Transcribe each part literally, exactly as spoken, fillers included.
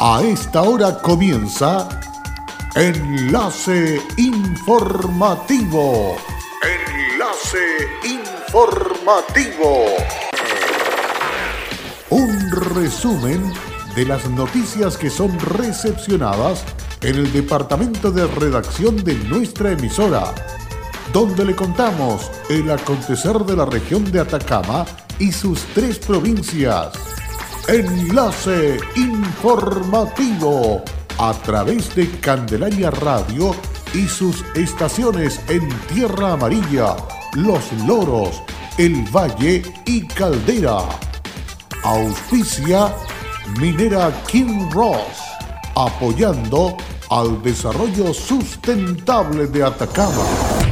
A esta hora comienza Enlace Informativo. Enlace Informativo. Un resumen de las noticias que son recepcionadas en el departamento de redacción de nuestra emisora, donde le contamos el acontecer de la región de Atacama y sus tres provincias. Enlace Informativo a través de Candelaria Radio y sus estaciones en Tierra Amarilla, Los Loros, El Valle y Caldera. Auspicia Minera Kinross, apoyando al desarrollo sustentable de Atacama.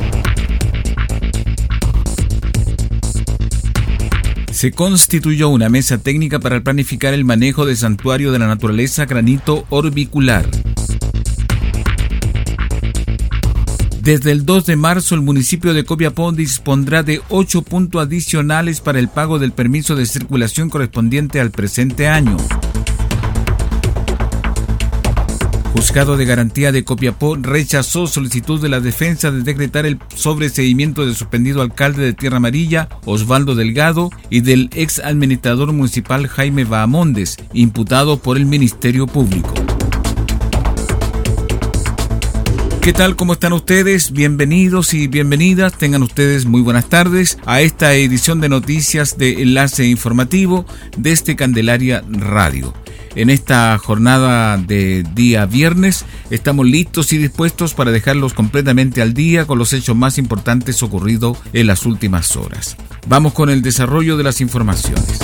Se constituyó una mesa técnica para planificar el manejo del santuario de la naturaleza Granito Orbicular. Desde el dos de marzo, el municipio de Copiapó dispondrá de ocho puntos adicionales para el pago del permiso de circulación correspondiente al presente año. Juzgado de Garantía de Copiapó rechazó solicitud de la defensa de decretar el sobreseimiento del suspendido alcalde de Tierra Amarilla, Osvaldo Delgado, y del ex administrador municipal Jaime Bahamondes, imputado por el Ministerio Público. ¿Qué tal? ¿Cómo están ustedes? Bienvenidos y bienvenidas. Tengan ustedes muy buenas tardes a esta edición de noticias de Enlace Informativo desde Candelaria Radio. En esta jornada de día viernes estamos listos y dispuestos para dejarlos completamente al día con los hechos más importantes ocurridos en las últimas horas. Vamos con el desarrollo de las informaciones.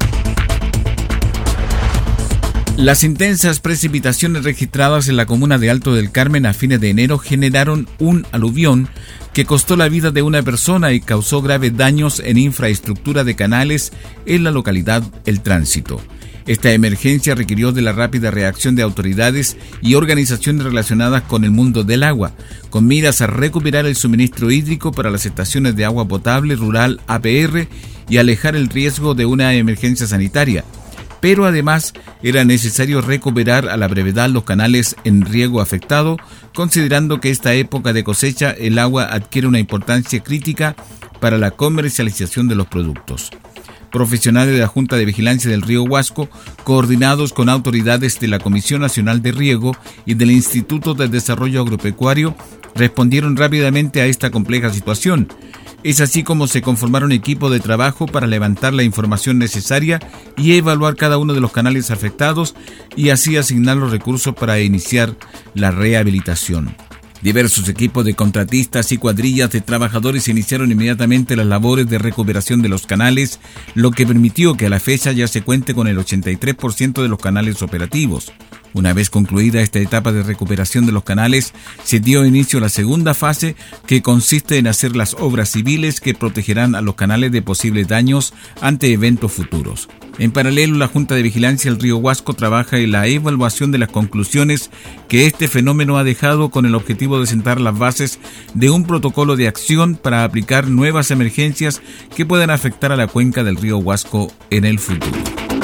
Las intensas precipitaciones registradas en la comuna de Alto del Carmen a fines de enero generaron un aluvión que costó la vida de una persona y causó graves daños en infraestructura de canales en la localidad El Tránsito. Esta emergencia requirió de la rápida reacción de autoridades y organizaciones relacionadas con el mundo del agua, con miras a recuperar el suministro hídrico para las estaciones de agua potable rural A P R y alejar el riesgo de una emergencia sanitaria. Pero además era necesario recuperar a la brevedad los canales en riego afectado, considerando que esta época de cosecha el agua adquiere una importancia crítica para la comercialización de los productos. Profesionales de la Junta de Vigilancia del Río Huasco, coordinados con autoridades de la Comisión Nacional de Riego y del Instituto de Desarrollo Agropecuario, respondieron rápidamente a esta compleja situación. Es así como se conformaron equipos de trabajo para levantar la información necesaria y evaluar cada uno de los canales afectados y así asignar los recursos para iniciar la rehabilitación. Diversos equipos de contratistas y cuadrillas de trabajadores iniciaron inmediatamente las labores de recuperación de los canales, lo que permitió que a la fecha ya se cuente con el ochenta y tres por ciento de los canales operativos. Una vez concluida esta etapa de recuperación de los canales, se dio inicio a la segunda fase, que consiste en hacer las obras civiles que protegerán a los canales de posibles daños ante eventos futuros. En paralelo, la Junta de Vigilancia del Río Huasco trabaja en la evaluación de las conclusiones que este fenómeno ha dejado, con el objetivo de sentar las bases de un protocolo de acción para aplicar nuevas emergencias que puedan afectar a la cuenca del Río Huasco en el futuro.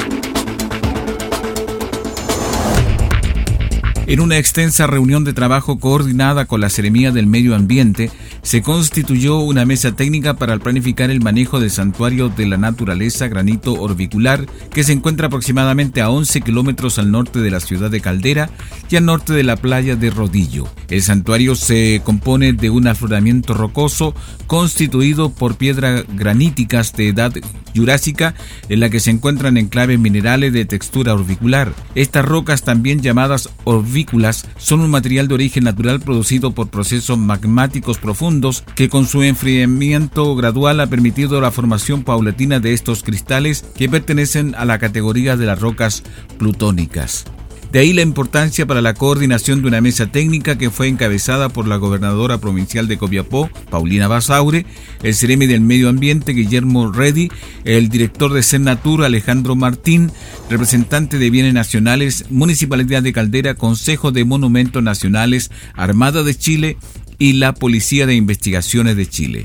En una extensa reunión de trabajo coordinada con la Seremía del Medio Ambiente, se constituyó una mesa técnica para planificar el manejo del santuario de la naturaleza Granito Orbicular, que se encuentra aproximadamente a once kilómetros al norte de la ciudad de Caldera y al norte de la playa de Rodillo. El santuario se compone de un afloramiento rocoso constituido por piedras graníticas de edad jurásica, en la que se encuentran enclaves minerales de textura orbicular. Estas rocas, también llamadas orvículas, son un material de origen natural producido por procesos magmáticos profundos que, con su enfriamiento gradual, ha permitido la formación paulatina de estos cristales que pertenecen a la categoría de las rocas plutónicas. De ahí la importancia para la coordinación de una mesa técnica que fue encabezada por la gobernadora provincial de Copiapó, Paulina Basaure, el Seremi del Medio Ambiente, Guillermo Reddy, el director de Cernatur, Alejandro Martín, representante de Bienes Nacionales, Municipalidad de Caldera, Consejo de Monumentos Nacionales, Armada de Chile y la Policía de Investigaciones de Chile.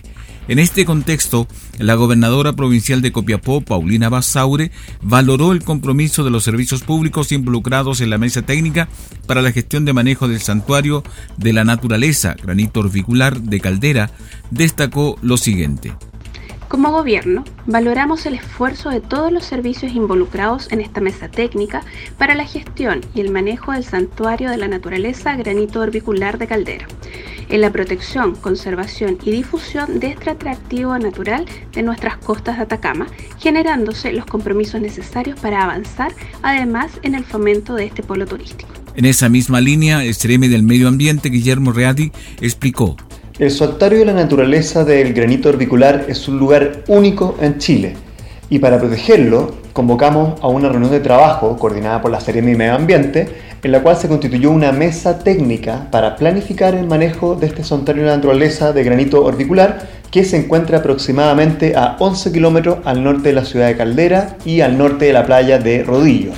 En este contexto, la gobernadora provincial de Copiapó, Paulina Basaure, valoró el compromiso de los servicios públicos involucrados en la mesa técnica para la gestión de manejo del santuario de la naturaleza, granito orbicular de Caldera. Destacó lo siguiente. Como gobierno, valoramos el esfuerzo de todos los servicios involucrados en esta mesa técnica para la gestión y el manejo del santuario de la naturaleza granito orbicular de Caldera, en la protección, conservación y difusión de este atractivo natural de nuestras costas de Atacama, generándose los compromisos necesarios para avanzar, además en el fomento de este polo turístico. En esa misma línea, el Seremi del Medio Ambiente, Guillermo Reati, explicó. El santuario de la naturaleza del granito orbicular es un lugar único en Chile y para protegerlo convocamos a una reunión de trabajo coordinada por la Seremi de Medio Ambiente en la cual se constituyó una mesa técnica para planificar el manejo de este santuario de la naturaleza de granito orbicular que se encuentra aproximadamente a once kilómetros al norte de la ciudad de Caldera y al norte de la playa de Rodillo.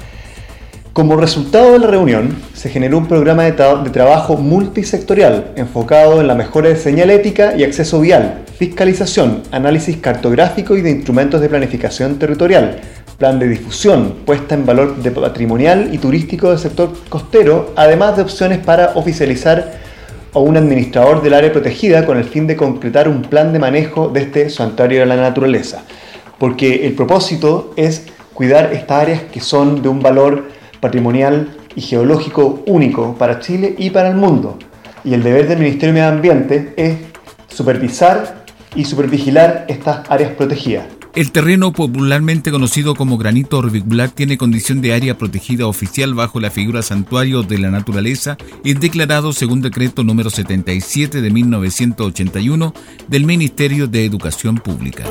Como resultado de la reunión, se generó un programa de, tra- de trabajo multisectorial enfocado en la mejora de señalética y acceso vial, fiscalización, análisis cartográfico y de instrumentos de planificación territorial, plan de difusión, puesta en valor de patrimonial y turístico del sector costero, además de opciones para oficializar a un administrador del área protegida con el fin de concretar un plan de manejo de este santuario de la naturaleza. Porque el propósito es cuidar estas áreas que son de un valor patrimonial y geológico único para Chile y para el mundo. Y el deber del Ministerio de Medio Ambiente es supervisar y supervigilar estas áreas protegidas. El terreno popularmente conocido como granito orbicular tiene condición de área protegida oficial bajo la figura santuario de la naturaleza y declarado según decreto número setenta y siete de mil novecientos ochenta y uno del Ministerio de Educación Pública.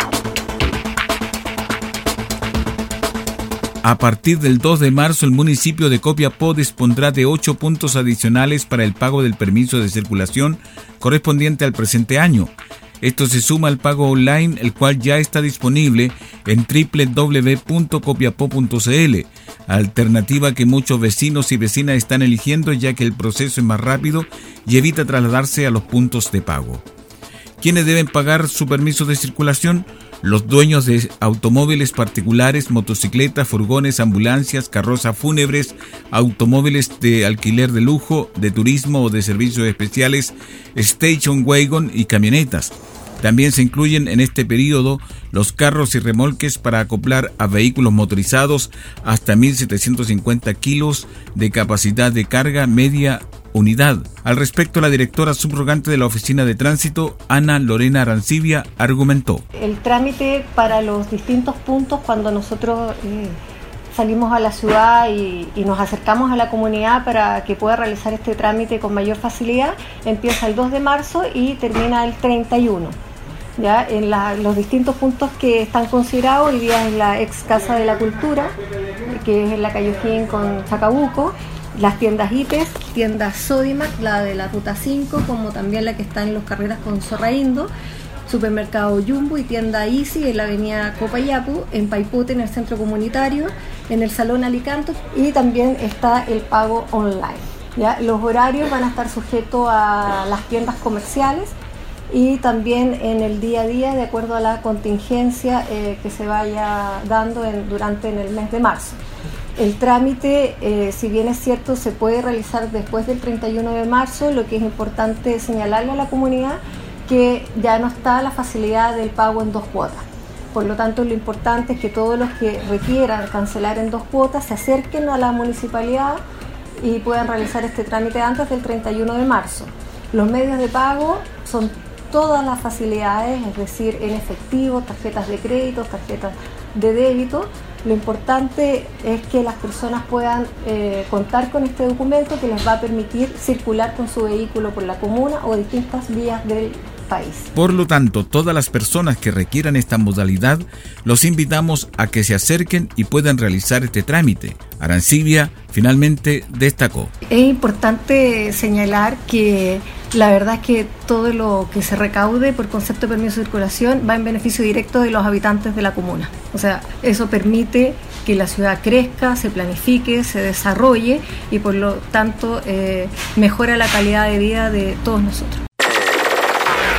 A partir del dos de marzo, el municipio de Copiapó dispondrá de ocho puntos adicionales para el pago del permiso de circulación correspondiente al presente año. Esto se suma al pago online, el cual ya está disponible en doble u doble u doble u punto copiapó punto c l, alternativa que muchos vecinos y vecinas están eligiendo ya que el proceso es más rápido y evita trasladarse a los puntos de pago. ¿Quiénes deben pagar su permiso de circulación? Los dueños de automóviles particulares, motocicletas, furgones, ambulancias, carrozas fúnebres, automóviles de alquiler de lujo, de turismo o de servicios especiales, station wagon y camionetas. También se incluyen en este periodo los carros y remolques para acoplar a vehículos motorizados hasta mil setecientos cincuenta kilos de capacidad de carga media unidad. Al respecto, la directora subrogante de la Oficina de Tránsito, Ana Lorena Arancibia, argumentó. El trámite para los distintos puntos cuando nosotros eh, salimos a la ciudad y, y nos acercamos a la comunidad para que pueda realizar este trámite con mayor facilidad, empieza el dos de marzo y termina el treinta y uno. Ya, en la, los distintos puntos que están considerados hoy día es la ex Casa de la Cultura, que es en la calle O'Higgins con Chacabuco, las tiendas I P E S, tiendas Sodimac, la de la Ruta cinco, como también la que está en Los Carreras con Zorraindo, supermercado Jumbo y tienda Easy en la avenida Copayapu, en Paipute, en el centro comunitario, en el Salón Alicanto, y también está el pago online. ¿Ya? Los horarios van a estar sujetos a las tiendas comerciales y también en el día a día de acuerdo a la contingencia eh, que se vaya dando en, durante en el mes de marzo. El trámite, eh, si bien es cierto, se puede realizar después del treinta y uno de marzo, lo que es importante señalarle a la comunidad que ya no está la facilidad del pago en dos cuotas. Por lo tanto, lo importante es que todos los que requieran cancelar en dos cuotas se acerquen a la municipalidad y puedan realizar este trámite antes del treinta y uno de marzo. Los medios de pago son todas las facilidades, es decir, en efectivo, tarjetas de crédito, tarjetas de débito. Lo importante es que las personas puedan eh, contar con este documento que les va a permitir circular con su vehículo por la comuna o distintas vías del país. Por lo tanto, todas las personas que requieran esta modalidad, los invitamos a que se acerquen y puedan realizar este trámite. Arancibia finalmente destacó. Es importante señalar que la verdad es que todo lo que se recaude por concepto de permiso de circulación va en beneficio directo de los habitantes de la comuna. O sea, eso permite que la ciudad crezca, se planifique, se desarrolle y por lo tanto eh, mejora la calidad de vida de todos nosotros.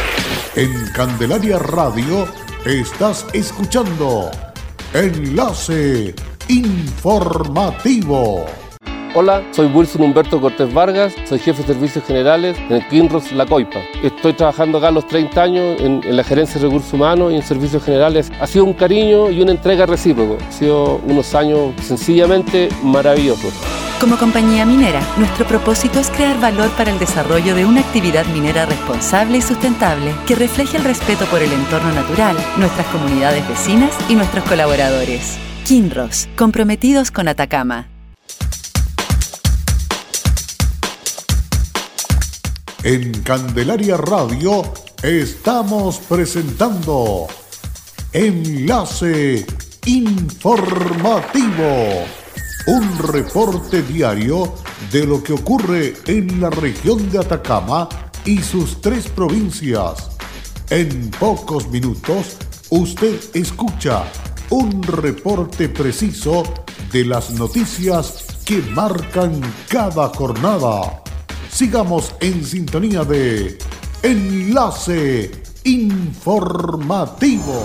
En Candelaria Radio estás escuchando Enlace Informativo. Hola, soy Wilson Humberto Cortés Vargas, soy jefe de servicios generales en Kinross La Coipa. Estoy trabajando acá a los treinta años en, en la gerencia de recursos humanos y en servicios generales. Ha sido un cariño y una entrega recíproco. Han sido unos años sencillamente maravillosos. Como compañía minera, nuestro propósito es crear valor para el desarrollo de una actividad minera responsable y sustentable que refleje el respeto por el entorno natural, nuestras comunidades vecinas y nuestros colaboradores. Kinross, comprometidos con Atacama. En Candelaria Radio estamos presentando Enlace Informativo, un reporte diario de lo que ocurre en la región de Atacama y sus tres provincias. En pocos minutos usted escucha un reporte preciso de las noticias que marcan cada jornada. Sigamos en sintonía de Enlace Informativo.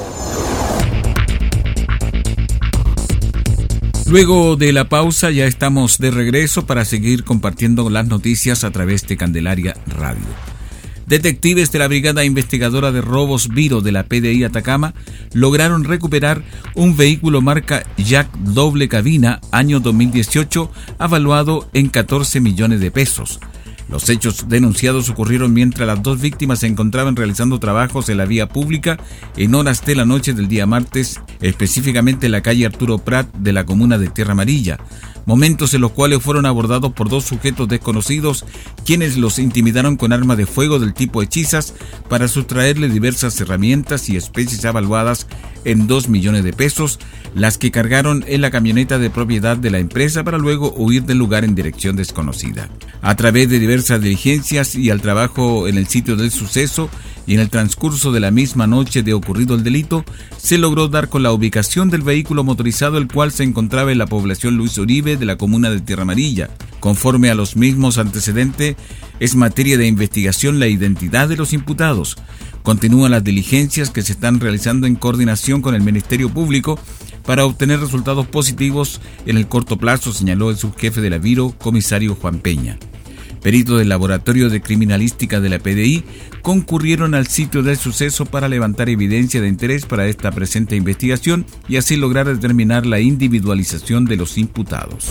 Luego de la pausa ya estamos de regreso para seguir compartiendo las noticias a través de Candelaria Radio. Detectives de la Brigada Investigadora de Robos Viro de la P D I Atacama lograron recuperar un vehículo marca Jack doble cabina año dos mil dieciocho avaluado en catorce millones de pesos. Los hechos denunciados ocurrieron mientras las dos víctimas se encontraban realizando trabajos en la vía pública en horas de la noche del día martes, específicamente en la calle Arturo Prat de la comuna de Tierra Amarilla. Momentos en los cuales fueron abordados por dos sujetos desconocidos, quienes los intimidaron con armas de fuego del tipo hechizas para sustraerle diversas herramientas y especies avaluadas en dos millones de pesos, las que cargaron en la camioneta de propiedad de la empresa para luego huir del lugar en dirección desconocida. A través de diversas diligencias y al trabajo en el sitio del suceso y en el transcurso de la misma noche de ocurrido el delito, se logró dar con la ubicación del vehículo motorizado, el cual se encontraba en la población Luis Uribe de la comuna de Tierra Amarilla. Conforme a los mismos antecedentes, es materia de investigación la identidad de los imputados. Continúan las diligencias que se están realizando en coordinación con el Ministerio Público para obtener resultados positivos en el corto plazo, señaló el subjefe de la Viro, comisario Juan Peña. Peritos del Laboratorio de Criminalística de la P D I concurrieron al sitio del suceso para levantar evidencia de interés para esta presente investigación y así lograr determinar la individualización de los imputados.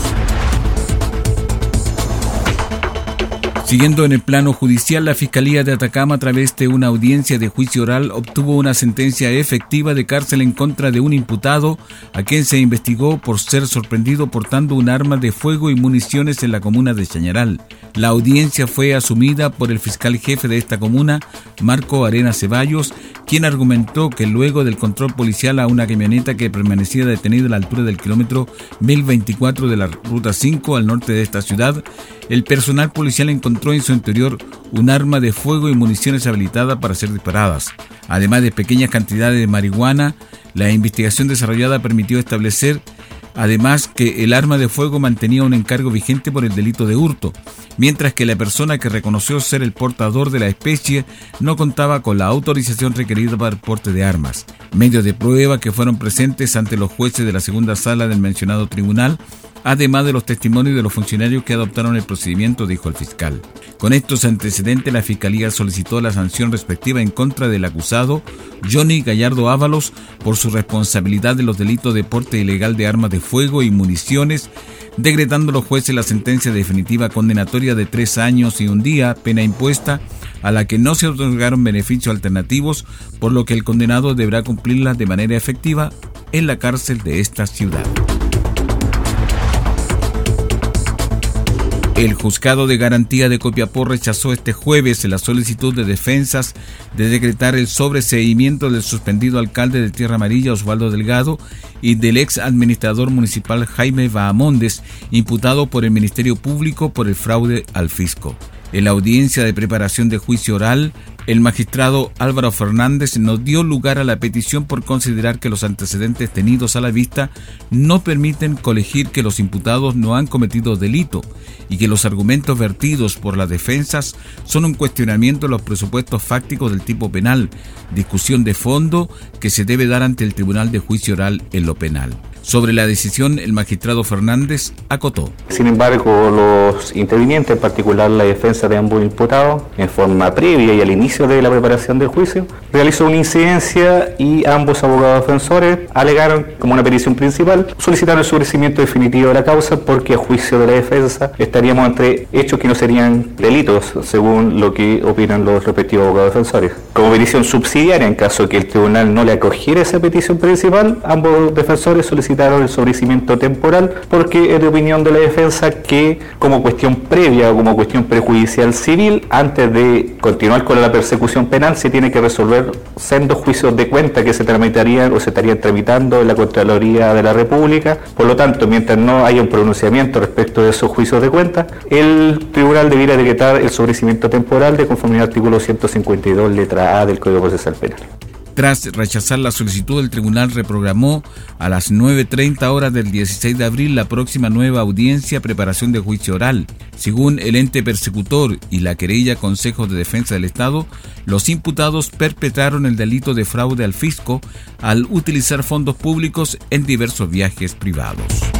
Siguiendo en el plano judicial, la Fiscalía de Atacama, a través de una audiencia de juicio oral, obtuvo una sentencia efectiva de cárcel en contra de un imputado a quien se investigó por ser sorprendido portando un arma de fuego y municiones en la comuna de Chañaral. La audiencia fue asumida por el fiscal jefe de esta comuna, Marco Arena Ceballos, quien argumentó que luego del control policial a una camioneta que permanecía detenida a la altura del kilómetro mil veinticuatro de la ruta cinco al norte de esta ciudad, el personal policial encontró en su interior un arma de fuego y municiones habilitadas para ser disparadas. Además de pequeñas cantidades de marihuana, la investigación desarrollada permitió establecer además que el arma de fuego mantenía un encargo vigente por el delito de hurto, mientras que la persona que reconoció ser el portador de la especie no contaba con la autorización requerida para el porte de armas. Medios de prueba que fueron presentes ante los jueces de la segunda sala del mencionado tribunal, además de los testimonios de los funcionarios que adoptaron el procedimiento, dijo el fiscal. Con estos antecedentes, la Fiscalía solicitó la sanción respectiva en contra del acusado Johnny Gallardo Ábalos por su responsabilidad de los delitos de porte ilegal de armas de fuego y municiones, decretando los jueces la sentencia definitiva condenatoria de tres años y un día, pena impuesta, a la que no se otorgaron beneficios alternativos, por lo que el condenado deberá cumplirla de manera efectiva en la cárcel de esta ciudad. El Juzgado de Garantía de Copiapó rechazó este jueves la solicitud de defensas de decretar el sobreseimiento del suspendido alcalde de Tierra Amarilla, Osvaldo Delgado, y del ex administrador municipal Jaime Bahamondes, imputado por el Ministerio Público por el fraude al fisco. En la audiencia de preparación de juicio oral, el magistrado Álvaro Fernández no dio lugar a la petición por considerar que los antecedentes tenidos a la vista no permiten colegir que los imputados no han cometido delito y que los argumentos vertidos por las defensas son un cuestionamiento de los presupuestos fácticos del tipo penal, discusión de fondo que se debe dar ante el Tribunal de Juicio Oral en lo penal. Sobre la decisión, el magistrado Fernández acotó. Sin embargo, los intervinientes, en particular la defensa de ambos imputados, en forma previa y al inicio de la preparación del juicio, realizó una incidencia y ambos abogados defensores alegaron como una petición principal solicitar el sobreseimiento definitivo de la causa porque a juicio de la defensa estaríamos entre hechos que no serían delitos, según lo que opinan los respectivos abogados defensores. Como petición subsidiaria, en caso que el tribunal no le acogiera esa petición principal, ambos defensores solicitaron el sobreseimiento temporal porque es de opinión de la defensa que como cuestión previa o como cuestión prejudicial civil, antes de continuar con la persecución penal, se tiene que resolver sendos juicios de cuenta que se tramitarían o se estarían tramitando en la Contraloría de la República. Por lo tanto, mientras no haya un pronunciamiento respecto de esos juicios de cuenta, el tribunal debiera decretar el sobreseimiento temporal de conformidad al artículo ciento cincuenta y dos letra A del Código Procesal Penal. Tras rechazar la solicitud, el tribunal reprogramó a las nueve treinta horas del dieciséis de abril la próxima nueva audiencia preparación de juicio oral. Según el ente persecutor y la querella Consejo de Defensa del Estado, los imputados perpetraron el delito de fraude al fisco al utilizar fondos públicos en diversos viajes privados.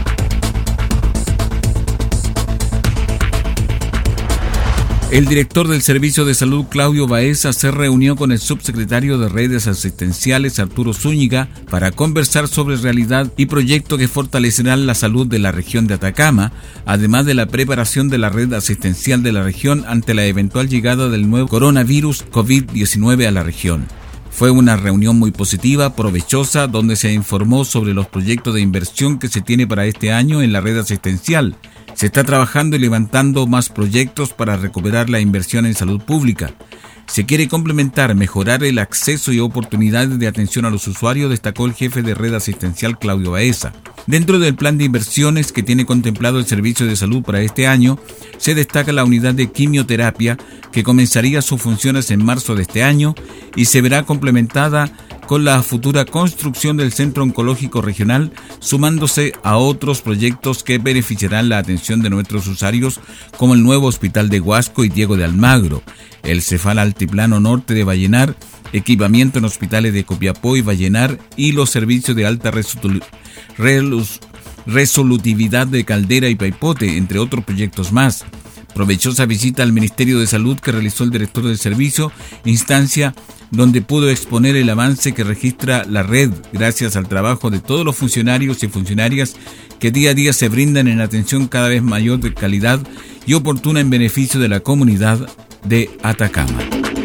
El director del Servicio de Salud, Claudio Baeza, se reunió con el subsecretario de Redes Asistenciales, Arturo Zúñiga, para conversar sobre realidad y proyectos que fortalecerán la salud de la región de Atacama, además de la preparación de la red asistencial de la región ante la eventual llegada del nuevo coronavirus COVID diecinueve a la región. Fue una reunión muy positiva, provechosa, donde se informó sobre los proyectos de inversión que se tiene para este año en la red asistencial. Se está trabajando y levantando más proyectos para recuperar la inversión en salud pública. Se quiere complementar, mejorar el acceso y oportunidades de atención a los usuarios, destacó el jefe de red asistencial Claudio Baeza. Dentro del plan de inversiones que tiene contemplado el Servicio de Salud para este año, se destaca la unidad de quimioterapia que comenzaría sus funciones en marzo de este año y se verá complementada con la futura construcción del Centro Oncológico Regional, sumándose a otros proyectos que beneficiarán la atención de nuestros usuarios, como el nuevo Hospital de Huasco y Diego de Almagro, el Cefal Altiplano Norte de Vallenar, equipamiento en hospitales de Copiapó y Vallenar y los servicios de alta resolu- relus- resolutividad de Caldera y Paipote, entre otros proyectos más. Provechosa visita al Ministerio de Salud que realizó el director del servicio, instancia donde pudo exponer el avance que registra la red gracias al trabajo de todos los funcionarios y funcionarias que día a día se brindan en atención cada vez mayor de calidad y oportuna en beneficio de la comunidad de Atacama.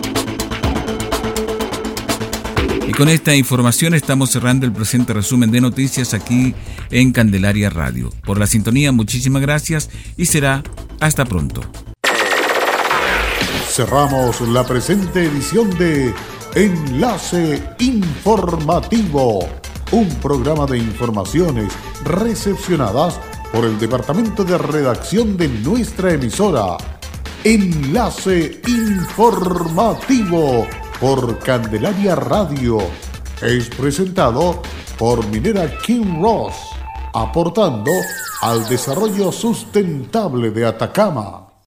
Y con esta información estamos cerrando el presente resumen de noticias aquí en Candelaria Radio. Por la sintonía, muchísimas gracias y será hasta pronto. Cerramos la presente edición de Enlace Informativo, un programa de informaciones recepcionadas por el Departamento de Redacción de nuestra emisora. Enlace Informativo por Candelaria Radio. Es presentado por Minera Kinross, aportando al desarrollo sustentable de Atacama.